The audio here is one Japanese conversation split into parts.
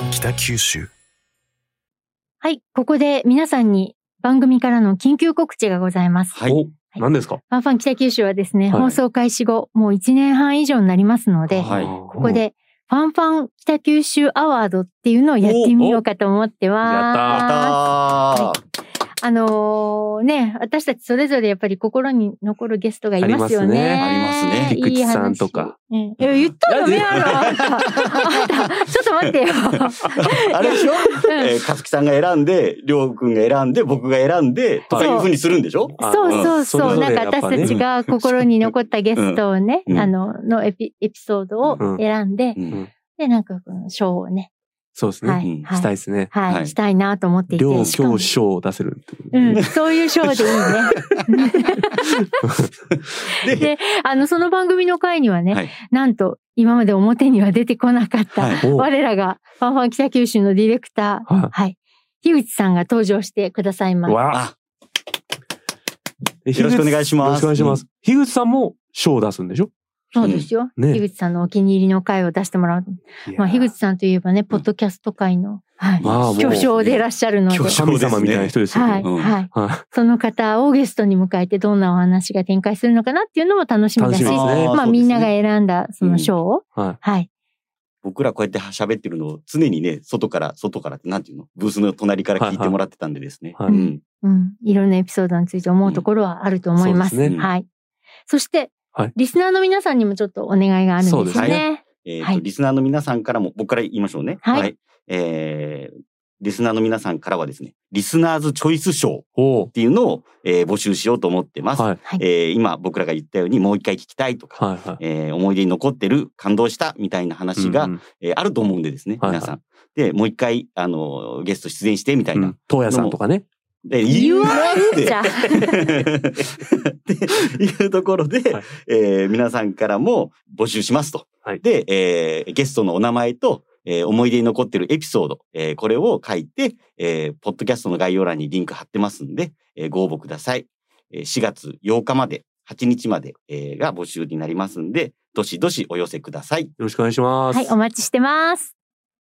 ァン北九州。 はい、ここで皆さんに番組からの緊急告知がございます。 はい。 何ですか？ ファンファン北九州はですね、 はい放送開始後もう1年半以上になりますので、 はい。 ここでファンファン北九州アワードっていうのをやってみようかと思ってやます。私たちそれぞれやっぱり心に残るゲストがいますよね。 ありますね。 菊池さんとか。 言ったのね、あんた。ちょっと待ってよ。 あれでしょ？かつきさんが選んで、りょうくんが選んで、僕が選んで、とかいう風にするんでしょ？ そう。なんか私たちが心に残ったゲストをね、のエピソードを選んで、で、なんかこの賞をね、 そうですね。したいですね。 はい。したいなと思っていて。 両教賞を出せる。 そういう賞でいいね。で、その番組の回にはね、なんと今まで表には出てこなかった、我らがファンファン北九州のディレクター、樋口さんが登場してくださいます。 よろしくお願いします。 よろしくお願いします。樋口さんも賞を出すんでしょ？ そうですよ。樋口さんのお気に入りの回を出してもらう。樋口さんといえばね、ポッドキャスト界の巨匠でいらっしゃるので。 神様みたいな人ですよね。 その方をゲストに迎えてどんなお話が展開するのかなっていうのも楽しみだし、みんなが選んだその賞を。 僕らこうやって喋ってるのを常にね、外からってなんていうの？ブースの隣から聞いてもらってたんでですね。 いろんなエピソードについて思うところはあると思います。そして、リスナーの皆さんにもちょっとお願いがあるんですよね。 リスナーの皆さんからも、僕から言いましょうね。リスナーの皆さんからはですね、リスナーズチョイス賞っていうのを、募集しようと思ってます。今僕らが言ったようにもう一回聞きたいとか、思い出に残ってる、感動したみたいな話が、あると思うんでですね、皆さん。で、もう一回、ゲスト出演してみたいな。 東野さんとかね。 言わんってっていうところで、皆さんからも募集しますと。で、ゲストのお名前と、思い出に残ってるエピソード、これを書いて、ポッドキャストの概要欄にリンク貼ってますんで、ご応募ください。4月8日まで、8日まで、が募集になりますんで、どしどしお寄せください。よろしくお願いします。 はい、お待ちしてます。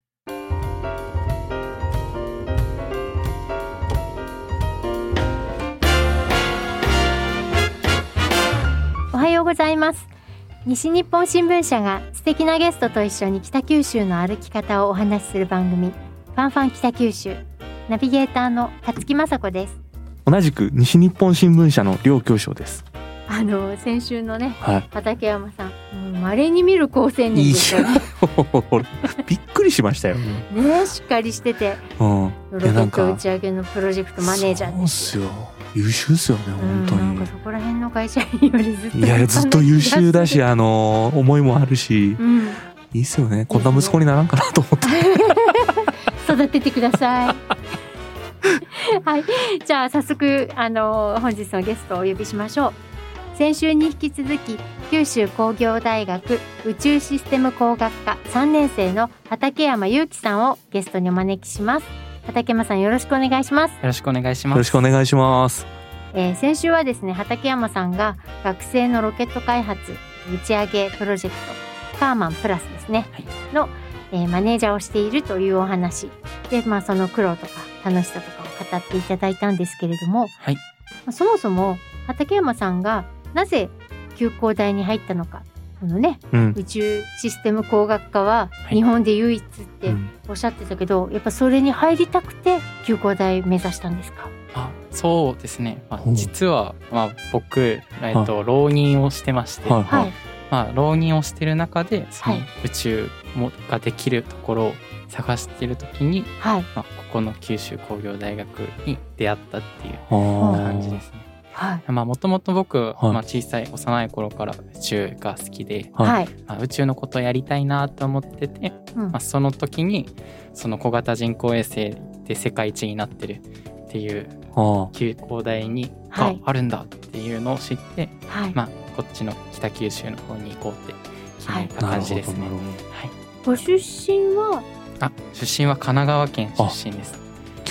おはようございます。西日本新聞社が素敵なゲストと一緒に北九州の歩き方をお話しする番組、ファンファン北九州。ナビゲーターの勝木雅子です。 同じく西日本新聞社の両教授です。 先週のね、畠山さん、稀に見る好青年ですよね。 びっくりしましたよ。 ね、しっかりしてて、ロケット打ち上げのプロジェクトマネージャーです。 そうっすよ。優秀っすよね、本当に。 なんかそこら辺の会社員よりずっと。 いや、ずっと優秀だし、思いもあるし、いいっすよね。こんな息子にならんかなと思って。 育ててください。はい。じゃあ、早速、本日のゲストをお呼びしましょう。先週に引き続き、九州工業大学宇宙システム工学科3年生の畠山祐樹さんをゲストにお招きします。畠山さん、よろしくお願いします。 よろしくお願いします。 よろしくお願いします。 先週はですね、畠山さんが学生のロケット開発打ち上げプロジェクトカーマンプラスですね、の、マネージャーをしているというお話で、その苦労とか楽しさとかを語っていただいたんですけれども、そもそも畠山さんがなぜ旧工大に入ったのか、このね、宇宙システム工学科は日本で唯一っておっしゃってたけど、やっぱそれに入りたくて旧工大目指したんですか？ そうですね、実は、僕、浪人をしてまして、浪人をしてる中でその宇宙ができるところを探しているときに、ここの九州工業大学に出会ったっていう感じですね。もともと僕、小さい幼い頃から宇宙が好きで、宇宙のことをやりたいなと思ってて、その時にその小型人工衛星で世界一になってるっていう旧工大にがあるんだっていうのを知って、こっちの北九州の方に行こうって決めた感じですね。 ご出身は？ 出身は神奈川県出身です。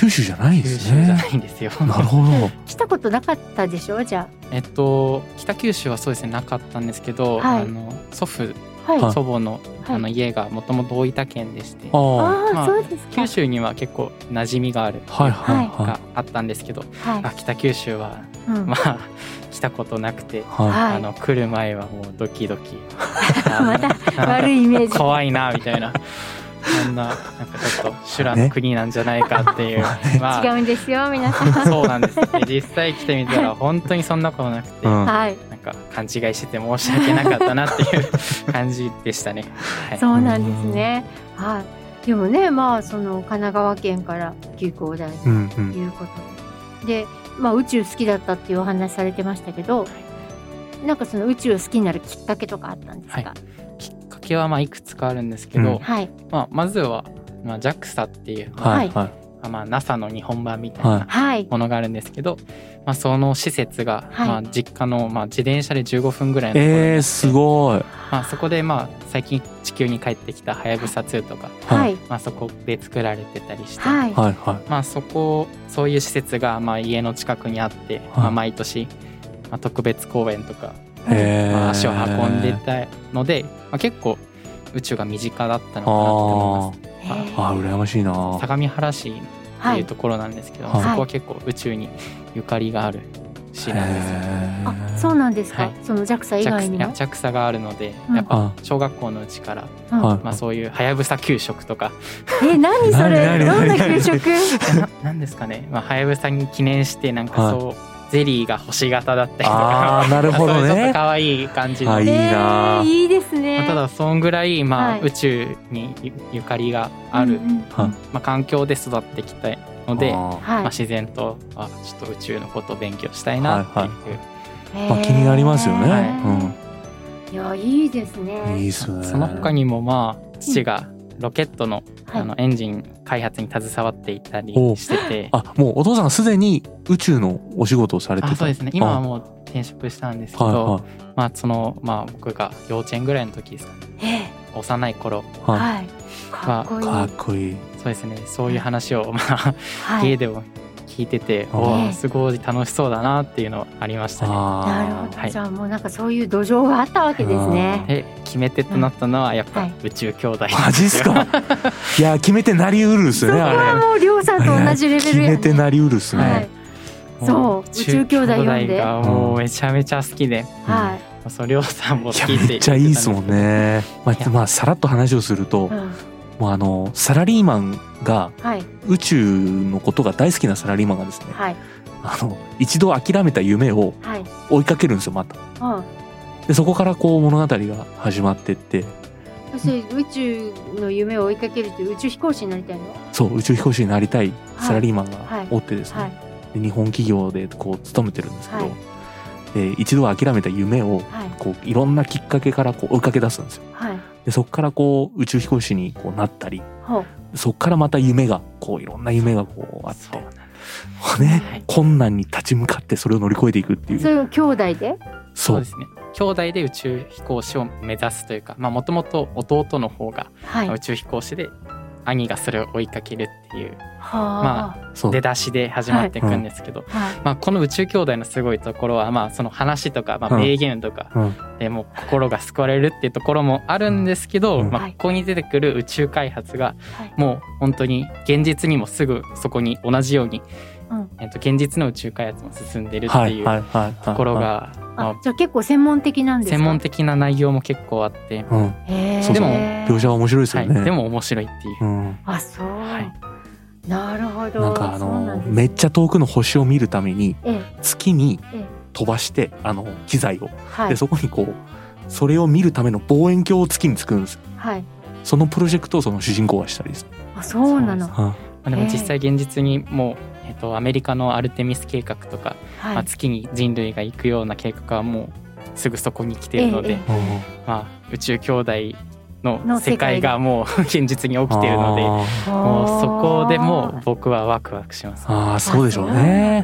九州じゃないんですね。 九州じゃないんですよ。 なるほど。 来たことなかったでしょじゃ北九州はそうですねなかったんですけど、 はい祖父、 あ。はい。 祖母の家がもともと大分県でして、 あああ、そうですか。 九州には結構馴染みがあるはいはいがはあったんですけど、 はい。 北九州はうんまあ来たことなくて、 いははい来る前はもうドキドキまた悪いイメージ。 怖いなみたいな、そんななんかちょっと修羅の国なんじゃないかっていう、ま違うんですよ皆さん。 そうなんです。で実際来てみたら本当にそんなことなくて、 うんはい。 なんか勘違いしてて申し訳なかったなっていう感じでしたね。はい、 そうなんですね。はい。でもね、まあその神奈川県から旧工大とうんうん。 いうことで、まあ宇宙好きだったっていうお話されてましたけど、なんかその宇宙を好きになるきっかけとかあったんですか？ きっかけはまあいくつかあるんですけど、 うんはい。 まずは、JAXA っていう、 はいはい NASA の日本版みたいはなはい。 ものがあるんですけど、その施設が、 はい実家の、自転車で15分ぐらいのところにあって、 すごい。 そこで最近地球に帰ってきたはやぶさ2とか、 はい。 そこで作られてたりして、 はい。 はいはい。 そういう施設が家の近くにあって、 はい毎年、特別公演とか、 へー足を運んでたので、結構宇宙が身近だったのかなと思います。 あー羨ましいな。 相模原市ってはいいうところなんですけど、 はいそこは結構宇宙にゆかりがある市なんですよ。 あ、そうなんですか。 はいその JAXA 以外にも。 JAXA があるので、 うんやっぱ小学校のうちから、 うんはいそういうはやぶさ給食とか何それ？ 何どんな給食？ なんですかね、はやぶさに記念してなんかそう、ゼリーが星型だったりとか、 あーなるほどねそういうちょっと可愛い感じの、 いいな。 いいですね。 ただそんぐらい、 はい宇宙にゆかりがある、 うんうんはい環境で育ってきたので、 あはい。 自然とちょっと宇宙のことを勉強したいなっていう、 まあ気になりますよねいや、いいですね。 いいっすね。 その他にも父がロケットの、 はいエンジン開発に携わっていたりしてて、 もうお父さんがすでに宇宙のお仕事をされてた。 そうですね、今はもう転職したんですけど、 はい僕が幼稚園ぐらいの時ですかね、幼い頃、 はいはい。かっこいい。 かっこいい。 そうですね、そういう話をはい。 家でも聞いてて、 はいすごい楽しそうだなっていうのはありましたね。 なるほど。 はいじゃあもうなんかそういう土壌があったわけですね。 で決め手となったのはやっぱはい宇宙兄弟マジっすか。いや決めてなりうるっすよねそこはあれ。 もうりょうさんと同じレベ決ルやね。 めてなりうるっすはいね。。 そう、宇宙兄弟読んで。 がもうめちゃめちゃ好きで、 はい。 そうりょうさんも好いやきってめっちゃいいっすもんね。まあさらっと話をすると、 うんもうサラリーマンがはい。 宇宙のことが大好きなサラリーマンがですね、 はい。 一度諦めた夢をはい。 追いかけるんですよまた。 うん。 でそこからこう物語が始まってって、 そして宇宙の夢を追いかけるという宇宙飛行士になりたいの？ そう宇宙飛行士になりたいサラリーマンはいがおってですね、 はい。 で日本企業でこう勤めてるんですけど、 はいで一度諦めた夢をはい。 こういろんなきっかけからこう追いかけ出すんですよ。 はい。 でそこからこう宇宙飛行士にこうなったり、 ほう。 そこからまた夢がこういろんな夢がこうあってそうなんでね、 はい困難に立ち向かってそれを乗り越えていくっていう。 それを兄弟で？ そううそですね、兄弟で宇宙飛行士を目指すというか、もともと弟の方がはい。 宇宙飛行士で、兄がそれを追いかけるっていうはそう出だしで始まっていくんですけど、 あ。はい。 この宇宙兄弟のすごいところは、その話とか、 うん名言とかうんでもう心が救われるっていうところもあるんですけど、 うんここに出てくる宇宙開発がはいもう本当に現実にもすぐそこに同じように、 うん現実の宇宙開発も進んでるっていうはいはいはいところが、 あ、じゃあ結構専門的なんですか？ 専門的な内容も結構あって、 うん、 へーそうそうでも描写は面白いですよね。 でも面白いっていう。 うん、 あ、そう。 はいなるほど。 なんかそうなんですねめっちゃ遠くの星を見るためにええ月にええ飛ばして機材を、 はいでそこにこうそれを見るための望遠鏡を月に作るんですよ。 はい。 そのプロジェクトをその主人公がしたりです。 あ、そうなの。 はでも実際現実にもう、アメリカのアルテミス計画とか、 はい。 月に人類が行くような計画はもうすぐそこに来ているので、 ええ宇宙兄弟のの世界世界がもう現実に起きているので、もうそこでもう僕はワクワクします。 あーそうでしょうね。 そうなんですね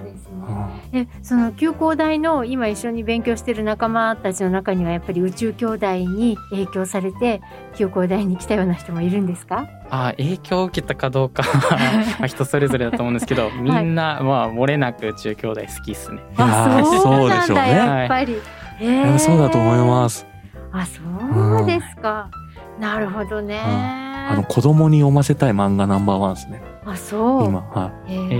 その急行大の今一緒に勉強してる仲間たちの中にはやっぱり宇宙兄弟に影響されて急行大に来たような人もいるんですか？ 影響を受けたかどうかは人それぞれだと思うんですけど、みんな漏れなく宇宙兄弟好きっすね。 そうなんだ、やっぱり。 そうだと思います。 そうですか。なるほどね。 子供に読ませたい漫画ナンバーワンですね。 そう。 今、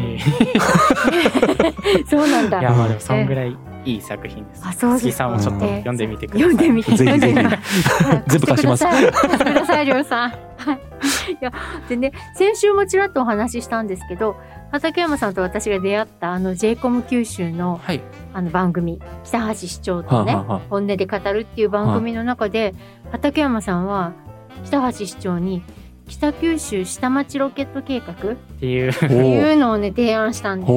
そうなんだ。いや、でもそんぐらいいい作品です。 そうですか。 月さんもちょっと読んでみてください。 ぜひぜひ。全部貸します。 貸してください、りょうさん。いや、でね、先週もちらっとお話ししたんですけど、畠山さんと私が出会ったJ-COM 九州の、番組、北橋市長とね、本音で語るっていう番組の中で、畠山さんは北橋市長に北九州下町ロケット計画っていうのをね提案したんです。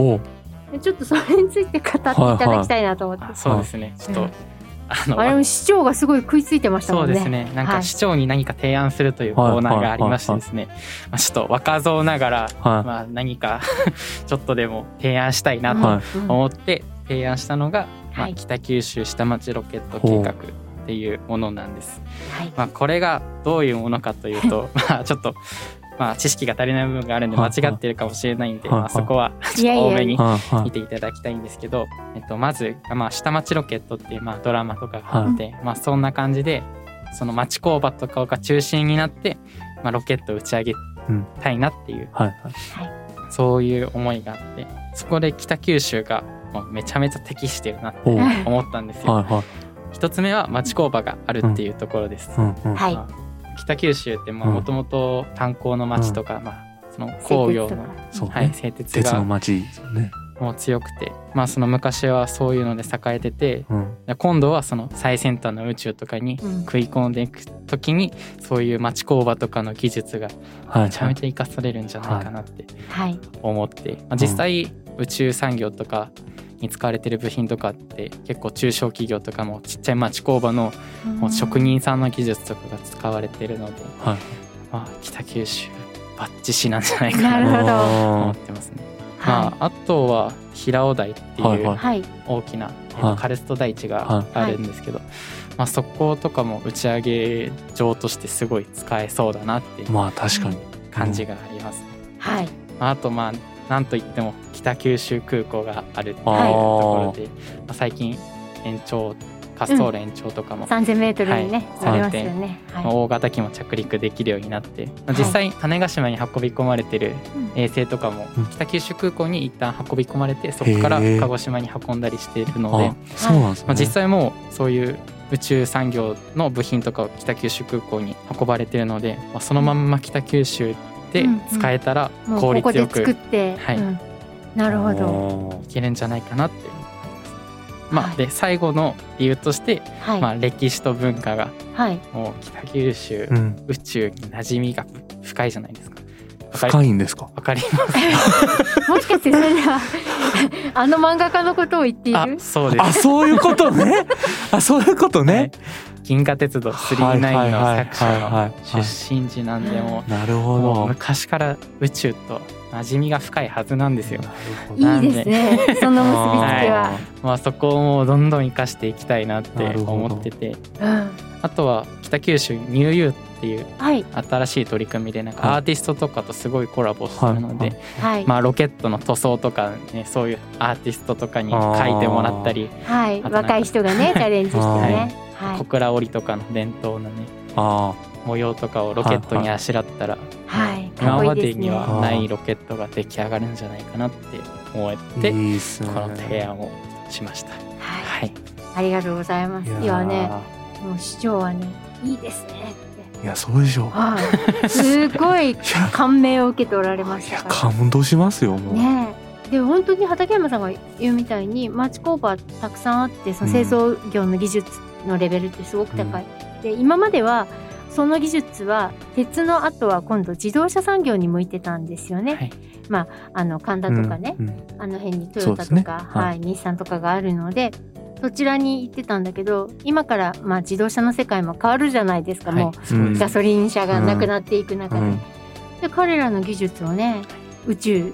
ちょっとそれについて語っていただきたいなと思って。 そうですね。ちょっとあれも市長がすごい食いついてましたもんね。 そうですね。なんか市長に何か提案するというコーナーがありましてですね。ちょっと若造ながら、何かちょっとでも提案したいなと思って提案したのが、北九州下町ロケット計画っていうものなんです。これがどういうものかというと、ちょっと知識が足りない部分があるんで間違ってるかもしれないんで、そこはちょっと多めに見ていただきたいんですけど、まず下町ロケットっていうドラマとかがあって、そんな感じでその町工場とかが中心になってロケットを打ち上げたいなっていう、そういう思いがあって、そこで北九州がめちゃめちゃ適してるなって思ったんですよ。一つ目は町工場があるっていうところです。北九州ってもともと炭鉱の町とか、その工業の製鉄がもう強くて、その昔はそういうので栄えてて、今度はその最先端の宇宙とかに食い込んでいく時に、そういう町工場とかの技術がめちゃめちゃ生かされるんじゃないかなって思って、実際宇宙産業とかに使われてる部品とかって結構中小企業とかもちっちゃい町工場のもう職人さんの技術とかが使われてるので、北九州バッチシなんじゃないかなと思ってますね。あとは平尾台っていう大きなカルスト台地があるんですけど、そことかも打ち上げ場としてすごい使えそうだなっていう感じがあります。あとなんといっても北九州空港があるっていうところで、最近滑走路延長とかも、 3000メートルにね、ありますよね。 大型機も着陸できるようになって、実際種子島に運び込まれてる衛星とかも北九州空港に一旦運び込まれて、そこから鹿児島に運んだりしているので、実際もうそういう宇宙産業の部品とかを北九州空港に運ばれてるので、そのまんま北九州で使えたら効率よく、 なるほど、 いけるんじゃないかなって思います。で最後の理由として、歴史と文化が、もう北九州、宇宙に馴染みが深いじゃないですか。 深いんですか？ わかりますもしかしてそれでは漫画家のことを言っている？ そうです。 そういうことね。そういうことね。 銀河鉄道999の作者の出身地なんで、もう昔から宇宙と馴染みが深いはずなんですよ。 いいですね、その結びつきは。 そこをもうどんどん生かしていきたいなって思ってて、あとは北九州ニューユーっていう新しい取り組みで、なんかアーティストとかとすごいコラボしてるので、ロケットの塗装とかね、そういうアーティストとかに描いてもらったり、 若い人がねチャレンジしてね、 小倉織とかの伝統のね模様とかをロケットにあしらったら、今までにはないロケットが出来上がるんじゃないかなって思って、この提案をしました。 ありがとうございます。いやね、もう市長はね、いいですねって。 いや、そうでしょう。すごい感銘を受けておられましたから。 感動しますよ、もう。 ね。で本当に畠山さんが言うみたいに、町工場たくさんあって、その製造業の技術のレベルってすごく高い。で今まではその技術は鉄の後は今度自動車産業に向いてたんですよね。神田とかね、あの辺にトヨタとか、日産とかがあるので、そちらに行ってたんだけど、今から自動車の世界も変わるじゃないですか。もうガソリン車がなくなっていく中で、で彼らの技術をね、宇宙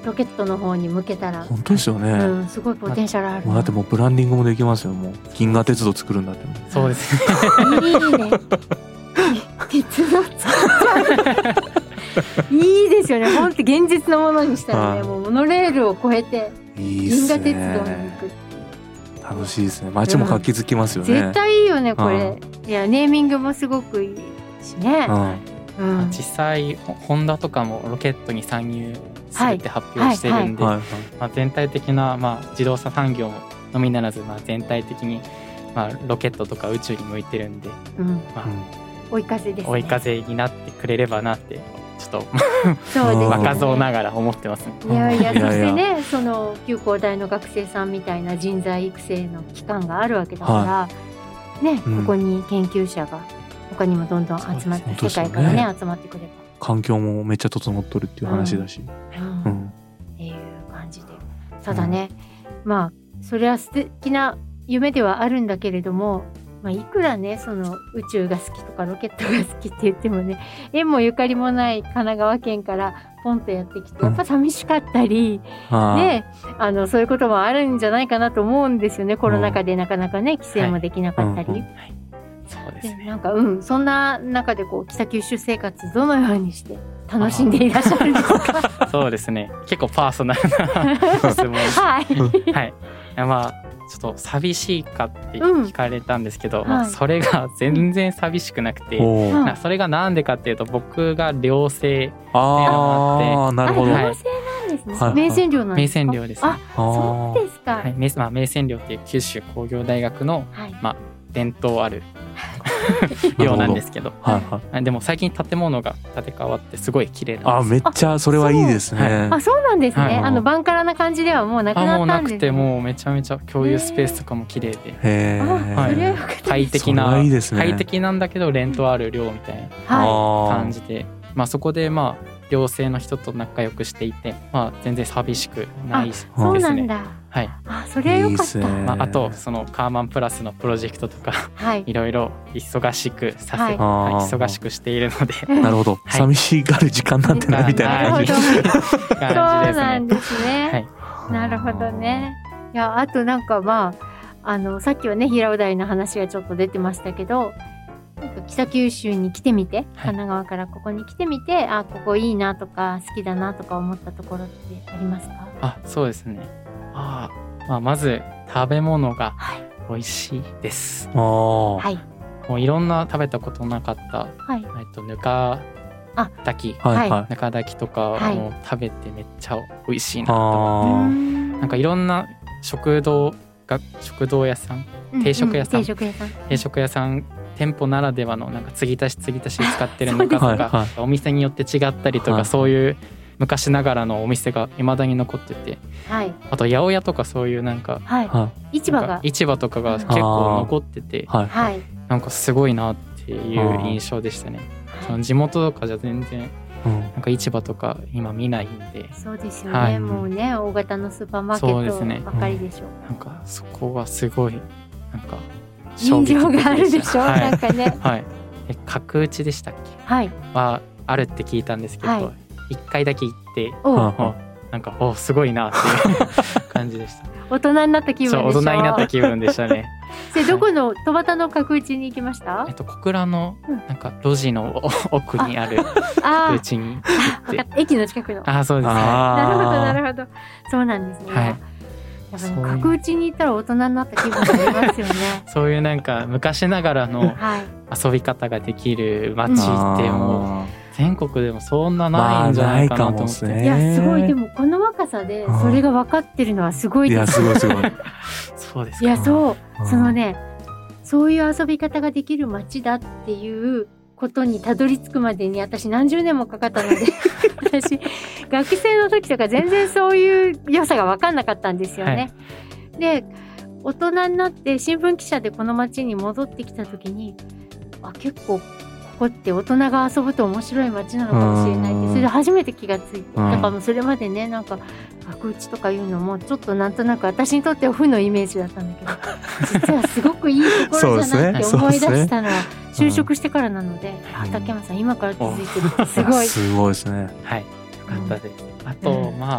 ロケットの方に向けたら本当ですよね、 すごいポテンシャルある。 だってもうブランディングもできますよ。もう銀河鉄道作るんだって。 そうですね。いいね。鉄道作っちゃう。いいですよね。本当現実のものにしたらね、もうモノレールを越えて銀河鉄道に行く。 楽しいですね。街も活気づきますよね。 絶対いいよねこれ。いやネーミングもすごくいいしね。 実際ホンダとかもロケットに参入するって発表してるんで、全体的な、自動車産業のみならず、全体的に、ロケットとか宇宙に向いてるんで、 追い風ですね。 追い風になってくれればなってちょっとそうです、 若造ながら思ってますね。 いやいや、そしてね、その旧工大の学生さんみたいな人材育成の機関があるわけだから、ね、ここに研究者が他にもどんどん集まって、世界からね集まってくれば、 環境もめっちゃ整っとるっていう話だし、 っていう感じで。ただね、それは素敵な夢ではあるんだけれども、いくらねその宇宙が好きとかロケットが好きって言ってもね、縁もゆかりもない神奈川県からポンとやってきて、やっぱ寂しかったり、ね、そういうこともあるんじゃないかなと思うんですよね。コロナ禍でなかなかね帰省もできなかったり。 そうですね。 なんかそんな中でこう北九州生活どのようにして楽しんでいらっしゃるんですか？ そうですね。結構パーソナルな質問です。はい。ちょっと寂しいかって聞かれたんですけど、それが全然寂しくなくて、それがなんでかっていうと、僕が寮生っていうのがあって、 なるほど。 寮生なんですね。名泉寮なんですか？ 名泉寮ですね。 そうですか。 名泉寮っていう九州工業大学の伝統ある寮なんですけど、でも最近建物が建て替わってすごい綺麗なんです。 めっちゃそれはいいですね。 そうなんですね。バンカラな感じではもうなくなったんですね。 もうなくて、もうめちゃめちゃ共有スペースとかも綺麗で、快適なんだけど伝統ある寮みたいな感じで、そこで寮生の人と仲良くしていて、全然寂しくないですね。 そうなんだ。それはよかった。 あとそのカーマンプラスのプロジェクトとか、いろいろ忙しくしているので、 なるほど。寂しがる時間なんてないみたいな感じですね。 そうなんですね。なるほどね。いや、あとなんかさっきはね平尾台の話がちょっと出てましたけど、北九州に来てみて、神奈川からここに来てみて、ここいいなとか好きだなとか思ったところってありますか？ そうですね。まず食べ物が美味しいです。もういろんな食べたことなかった、ぬか炊きとかも食べてめっちゃ美味しいなと思って、なんかいろんな食堂屋さん、定食屋さん店舗ならではのなんか継ぎ足し使ってるのかとか、お店によって違ったりとか、そういう昔ながらのお店が未だに残ってて、あと八百屋とかそういうなんか市場とかが結構残ってて、なんかすごいなっていう印象でしたね。その地元とかじゃ全然なんか市場とか今見ないんで。 そうですよね。もうね大型のスーパーマーケットばかりでしょ。 なんかそこはすごいなんか人情があるでしょ、なんかね。 角打ちでしたっけ？はあるって聞いたんですけど、一回だけ行ってなんかすごいなっていう感じでした。 大人になった気分でしょ。 大人になった気分でしたね。 どこの戸端の角打ちに行きました？ 小倉のなんか路地の奥にある角打ちに行って、 駅の近くの。 そうですね。 なるほど。そうなんですね。やっぱ角打ちに行ったら大人になった気分になりますよね。 そういうなんか昔ながらの遊び方ができる街ってもう全国でもそんなないんじゃないかなと思って。 いやすごい、でもこの若さでそれが分かってるのはすごいです。 いやすごいそうですか。 いやそのね、そういう遊び方ができる街だっていうことにたどり着くまでに私何十年もかかったので私学生の時とか全然そういう良さが分かんなかったんですよね。で大人になって新聞記者でこの街に戻ってきた時に結構ここって大人が遊ぶと面白い街なのかもしれないって、それで初めて気がついて、だからもうそれまでねなんか角打ちとかいうのもちょっとなんとなく私にとっては負のイメージだったんだけど実はすごくいいところじゃないって思い出したのは就職してからなので、畠山さん今から気づいてるってすごいすごいですね。 よかったです。あと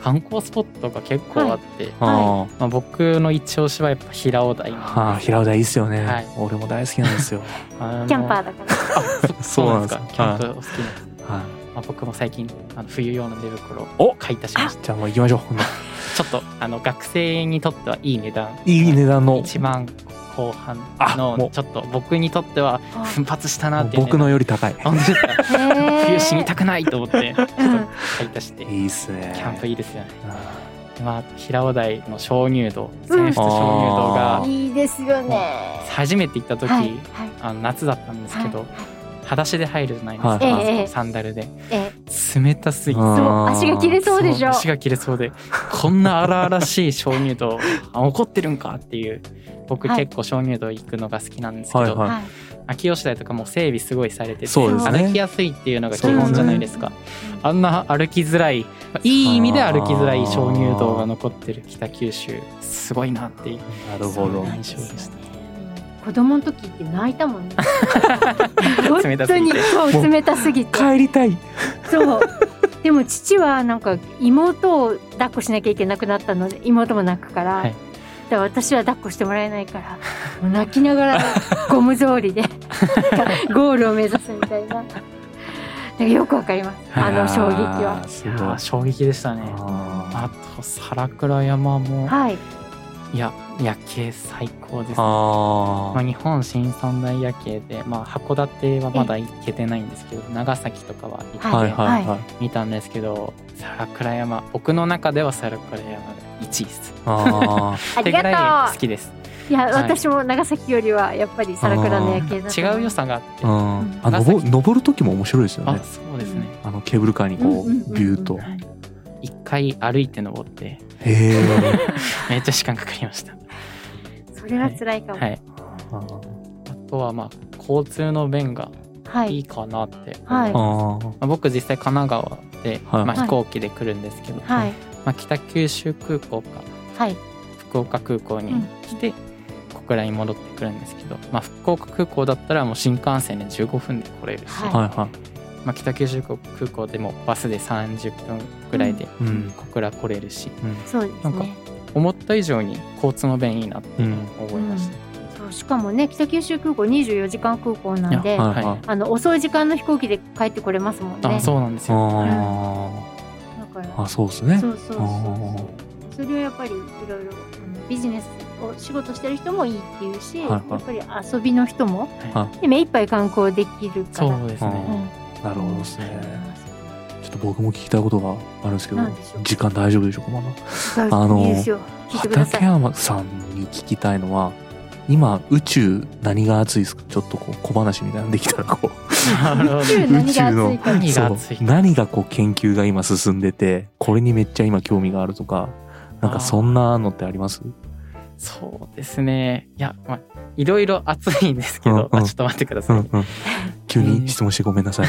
観光スポットが結構あって、まあ、僕の一押しはやっぱ平尾台なんです。 平尾台いいっすよね、俺も大好きなんですよキャンパーだからそうなんですか、キャンプお好きなんです。まあ、僕も最近冬用の寝袋を買い足しました。 じゃあもう行きましょうちょっと学生にとってはいい値段の 1万後半のちょっと僕にとっては奮発したなっていう、 僕のより高い。 本当ですか冬死にたくないと思ってちょっと買い足して。 いいっすね、 キャンプいいですよね。まあ、平尾台の鍾乳洞、泉質鍾乳洞がいいですよね。 初めて行った時、夏だったんですけど、裸足で入るじゃないですか、サンダルで、冷たすぎて足が切れそうでしょ。 足が切れそうで、こんな荒々しい鍾乳洞怒ってるんかっていう。僕結構鍾乳洞行くのが好きなんですけど、秋吉台とかも整備すごいされてて、歩きやすいっていうのが基本じゃないですか。あんな歩きづらい、いい意味で歩きづらい鍾乳洞が残ってる北九州、すごいなっていう印象でした。 子供の時って泣いたもんね本当にそう冷たすぎて帰りたい。 そうでも父はなんか妹を抱っこしなきゃいけなくなったので、妹も泣くから、私は抱っこしてもらえないからもう泣きながらゴム草履でゴールを目指すみたいな。よくわかります、衝撃は。 いや衝撃でしたね。あと皿倉山も、いや夜景最高ですね。まあ、日本新三大夜景で、まあ、函館はまだ行けてないんですけど、長崎とかは行って見たんですけど、皿倉山、僕の中では皿倉山が1位です。 ありがとう。 好きです。 いや、私も長崎よりはやっぱり皿倉の夜景だと違う良さがあって、 登る時も面白いですよね。 そうですね。 ケーブルカーにこうビューと一回歩いて登ってめっちゃ時間かかりました。 それは辛いかも。 あとはまあ交通の便がいいかなって思います。僕実際神奈川で、まあ、飛行機で来るんですけど、まあ、北九州空港か福岡空港に来て小倉に戻ってくるんですけど、まあ、福岡空港だったらもう新幹線で15分で来れるし、まあ、北九州空港でもバスで30分ぐらいで小倉来れるし、なんか思った以上に交通の便いいなって思いました。 そうしかもね、北九州空港24時間空港なんで、遅い時間の飛行機で帰ってこれますもんね。 そうなんですよ。 だからそうですね。 それはやっぱりいろいろビジネスを仕事してる人もいいっていうし、やっぱり遊びの人も目いっぱい観光できるから。 そうですね。 なるほどですね。ちょっと僕も聞きたいことがあるんですけど、時間大丈夫でしょうか、まだ。畠山さんに聞きたいのは、今宇宙何が熱いですか？ちょっとこう小話みたいなのできたらこう宇宙の何がこう研究が今進んでて、これにめっちゃ今興味があるとか、なんかそんなのってあります？ そうですね。いや、まあいろいろ熱いんですけど、ちょっと待ってください。 急に質問してごめんなさい。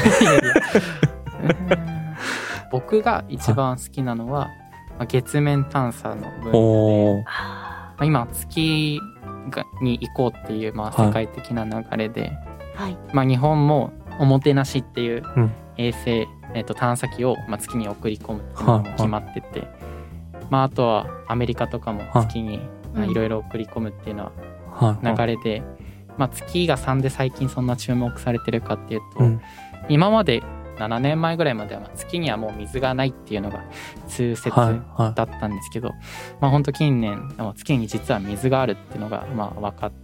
僕が一番好きなのは、月面探査の分野で、今月に行こうっていう、まあ、世界的な流れで、まあ、日本もおもてなしっていう衛星、探査機を、まあ、月に送り込むっていうのも決まってて、まあ、あとはアメリカとかも月にいろいろ送り込むっていうのは流れで、まあ、月が3で最近そんな注目されてるかっていうと、今まで7年前ぐらいまでは月にはもう水がないっていうのが通説だったんですけど、まあ本当近年月に実は水があるっていうのがまあ分かって、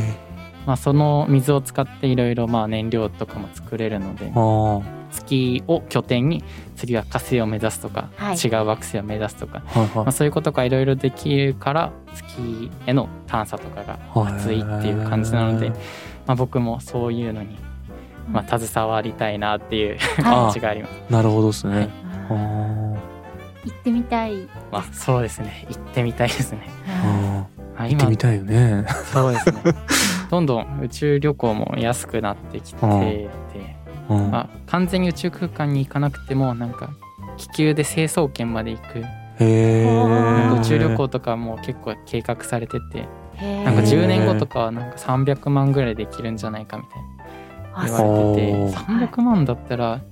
まあその水を使っていろいろまあ燃料とかも作れるので、月を拠点に次は火星を目指すとか、違う惑星を目指すとか、まあそういうことがいろいろできるから月への探査とかが熱いっていう感じなので、まあ僕もそういうのにまあ、携わりたいなっていう気持ちがあります。 なるほどですね。 行ってみたい。 まあ、そうですね。行ってみたいですね。 行ってみたいよね。 そうですね。どんどん宇宙旅行も安くなってきてて、まあ、完全に宇宙空間に行かなくてもなんか気球で成層圏まで行く。宇宙旅行とかも結構計画されてて、なんか10年後とかはなんか300万ぐらいできるんじゃないかみたいな。言われてて、300万だったら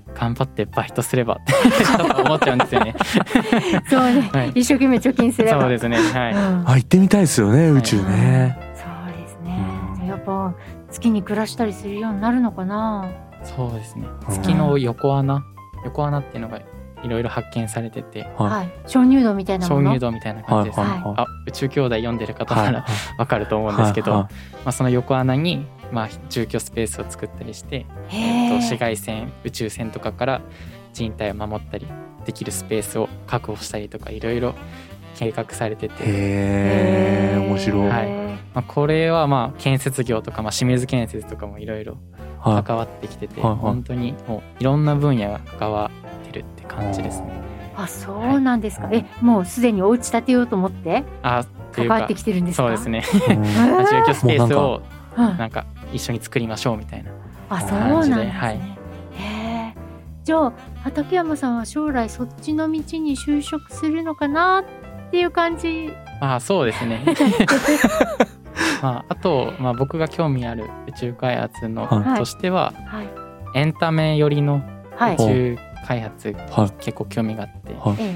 頑張ってバイトすればって思っちゃうんですよね。 そうね、はい、一生懸命貯金すれば。 そうですね、はい、 行ってみたいですよね、宇宙ね。 そうですね、やっぱ月に暮らしたりするようになるのかな。 そうですね、月の横穴っていうのがいろいろ発見されてて、 はい、鍾乳洞みたいなもの、 鍾乳洞みたいな感じですね、はい、宇宙兄弟読んでる方ならわかると思うんですけど、その横穴に住居スペースを作ったりして、紫外線宇宙船とかから人体を守ったりできるスペースを確保したりとかいろいろ計画されてて、 面白い、 はい、これは建設業とか、清水建設とかもいろいろ関わってきてて、本当にもういろんな分野が関わってるって感じですね。 そうなんですか、もうすでにお家建てようと思って関わってきてるんですか。 そうですね、住居スペースをなんか一緒に作りましょうみたいな感じで。 そうなんですね、はい、じゃあ畠山さんは将来そっちの道に就職するのかなっていう感じ。 そうですね。あと、僕が興味ある宇宙開発のとしては、エンタメ寄りの宇宙開発、結構興味があって、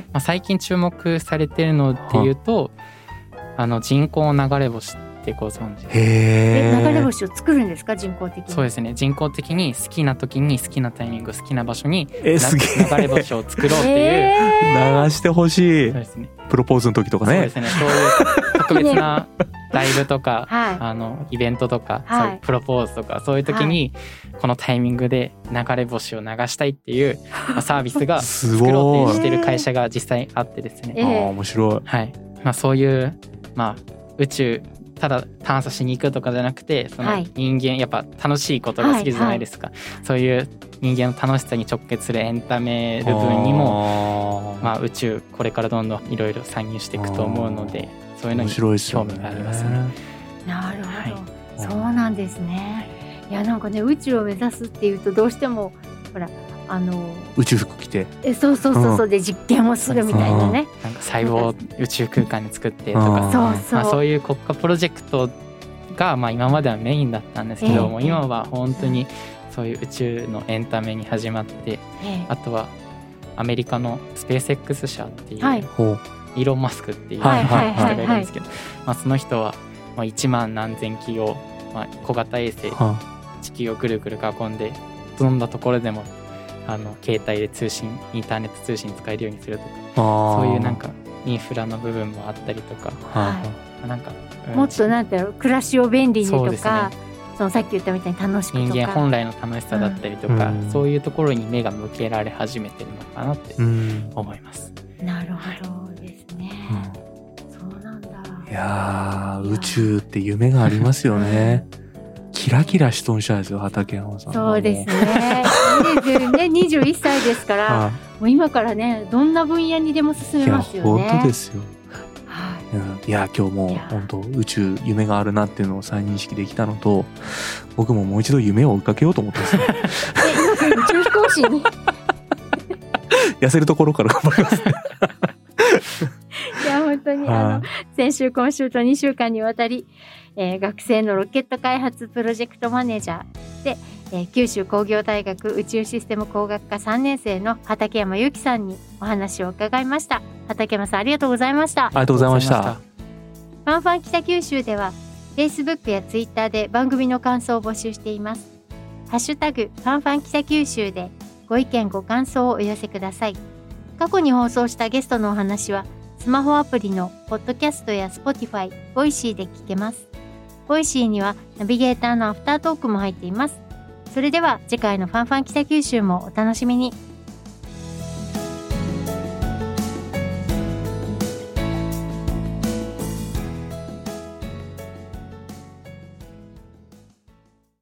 最近注目されてるのっていうと、人工流れ星ってご存知ですか？ 流れ星を作るんですか、人工的に。 そうですね、人工的に好きな時に好きなタイミング好きな場所に流れ星を作ろうっていう、 流してほしい。 そうですね、 プロポーズの時とかね。 そうですね、そういう特別なライブとか、イベントとか、そういうプロポーズとか、そういう時にこのタイミングで流れ星を流したいっていうサービスが作ろうってしてる会社が実際あってですね。 面白い。 はい、そういう宇宙ただ探査しに行くとかじゃなくて、その人間やっぱ楽しいことが好きじゃないですか、そういう人間の楽しさに直結するエンタメ部分にも宇宙これからどんどんいろいろ参入していくと思うので、そういうのに興味がありますね。 なるほど、そうなんですね。いやなんかね、宇宙を目指すっていうとどうしてもほら宇宙服着てそうで実験をするみたいなね、 なんか細胞を宇宙空間に作ってとか、そういう国家プロジェクトが今まではメインだったんですけども、今は本当にそういう宇宙のエンタメに始まって、あとはアメリカのスペース X 社っていう、イーロン・マスクっていう人がいるんですけど、その人は1万何千機を小型衛星地球をぐるぐる囲んで、どんなところでも携帯でインターネット通信使えるようにするとか、そういうなんかインフラの部分もあったりとか、なんか、 もっとなんていうの、暮らしを便利にとか、そのさっき言ったみたいに楽しくとか、 人間本来の楽しさだったりとか、そういうところに目が向けられ始めてるのかなって思います。 なるほどですね、そうなんだ。 いや宇宙って夢がありますよね。キラキラしとんしゃいですよ、畠山さん。 そうですね。21歳ですから、もう今からね、どんな分野にでも進めますよね。 本当ですよ。いや今日も本当宇宙夢があるなっていうのを再認識できたのと、僕ももう一度夢を追いかけようと思ってますね。 今から宇宙飛行士に痩せるところから頑張りますね。 いや本当に先週今週と2週間にわたり、学生のロケット開発プロジェクトマネージャーで、九州工業大学宇宙システム工学科3年生の畠山由紀さんにお話を伺いました。畠山さん、ありがとうございました。 ありがとうございました。 ファンファン北九州では Facebook や Twitter で番組の感想を募集しています。ハッシュタグファンファン北九州でご意見ご感想をお寄せください。過去に放送したゲストのお話はスマホアプリのポッドキャストや Spotify、ボイシーで聞けます。ボイシーにはナビゲーターのアフタートークも入っています。それでは次回のファンファン北九州もお楽しみに。